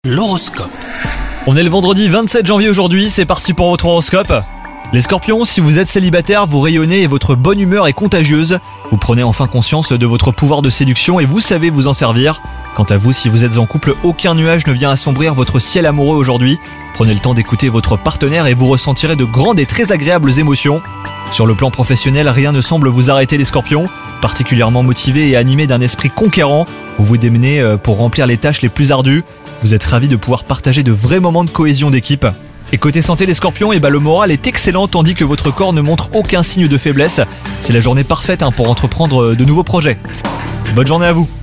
L'horoscope. On est le vendredi 27 janvier aujourd'hui, c'est parti pour votre horoscope. Les scorpions, si vous êtes célibataire, vous rayonnez et votre bonne humeur est contagieuse. Vous prenez enfin conscience de votre pouvoir de séduction et vous savez vous en servir. Quant à vous, si vous êtes en couple, aucun nuage ne vient assombrir votre ciel amoureux aujourd'hui. Prenez le temps d'écouter votre partenaire et vous ressentirez de grandes et très agréables émotions. Sur le plan professionnel, rien ne semble vous arrêter les scorpions. Particulièrement motivé et animé d'un esprit conquérant, vous vous démenez pour remplir les tâches les plus ardues. Vous êtes ravis de pouvoir partager de vrais moments de cohésion d'équipe. Et côté santé les scorpions, le moral est excellent tandis que votre corps ne montre aucun signe de faiblesse. C'est la journée parfaite pour entreprendre de nouveaux projets. Bonne journée à vous.